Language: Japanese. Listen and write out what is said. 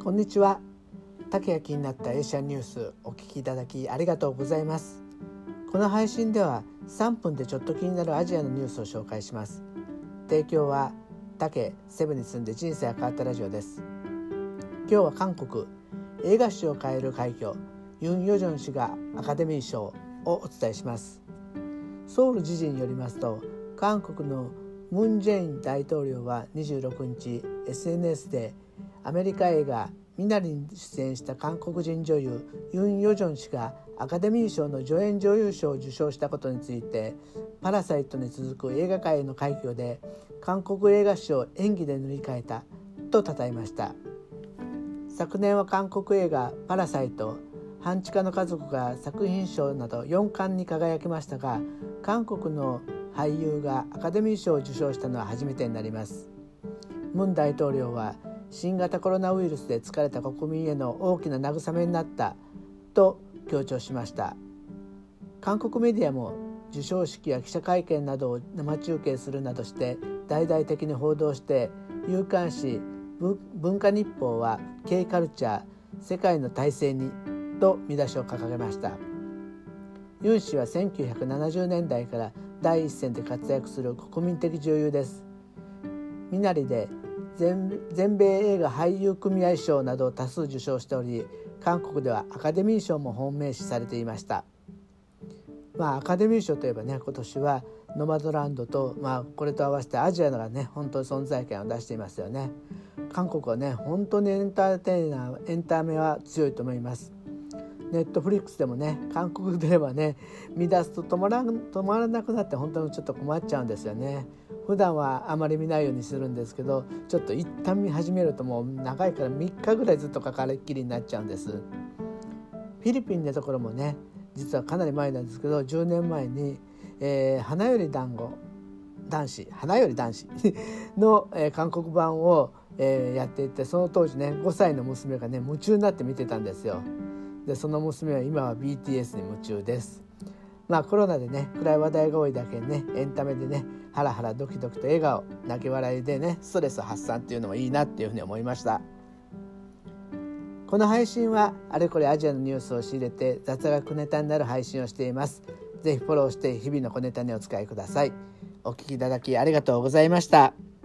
こんにちは。竹が気になったエーシャンニュースお聞きいただきありがとうございます。この配信では3分でちょっと気になるアジアのニュースを紹介します。提供は竹セブンに住んで人生が変わったラジオです。今日は韓国映画史を変える快挙、ユン・ヨジョン氏がアカデミー賞をお伝えします。ソウル時事によりますと、韓国のムン・ジェイン大統領は26日 SNS でアメリカ映画ミナリに出演した韓国人女優ユン・ヨジョン氏がアカデミー賞の助演女優賞を受賞したことについて、パラサイトに続く映画界への快挙で韓国映画史を演技で塗り替えたと称えました。昨年は韓国映画パラサイト、半地下の家族が作品賞など4冠に輝きましたが、韓国の俳優がアカデミー賞を受賞したのは初めてになります。ムン大統領は新型コロナウイルスで疲れた国民への大きな慰めになったと強調しました。韓国メディアも授賞式や記者会見などを生中継するなどして大々的に報道して、有刊誌文化日報は K カルチャー世界の体制にと見出しを掲げました。ユン氏は1970年代から第一線で活躍する国民的女優です。ミナリで全米映画俳優組合賞などを多数受賞しており、韓国ではアカデミー賞も本命視されていました。アカデミー賞といえばね、今年はノマドランドと、これと合わせてアジアがね本当に存在感を出していますよね。韓国はね本当にエンタメは強いと思います。ネットフリックスでもね、韓国ではね見出すと止まらなくなって本当にちょっと困っちゃうんですよね。普段はあまり見ないようにするんですけど、ちょっと一旦見始めるともう長いから3日ぐらいずっとかかりっきりになっちゃうんです。フィリピンのところもね、実はかなり前なんですけど、10年前に、花より男子の、韓国版を、やっていて、その当時ね5歳の娘がね夢中になって見てたんですよ。でその娘は今は BTS に夢中です。コロナでね暗い話題が多いだけにね、エンタメでねハラハラドキドキと笑顔泣き笑いでねストレス発散っていうのもいいなっていうふうに思いました。この配信はあれこれアジアのニュースを仕入れて雑学ネタになる配信をしています。ぜひフォローして日々の小ネタにお使いください。お聞きいただきありがとうございました。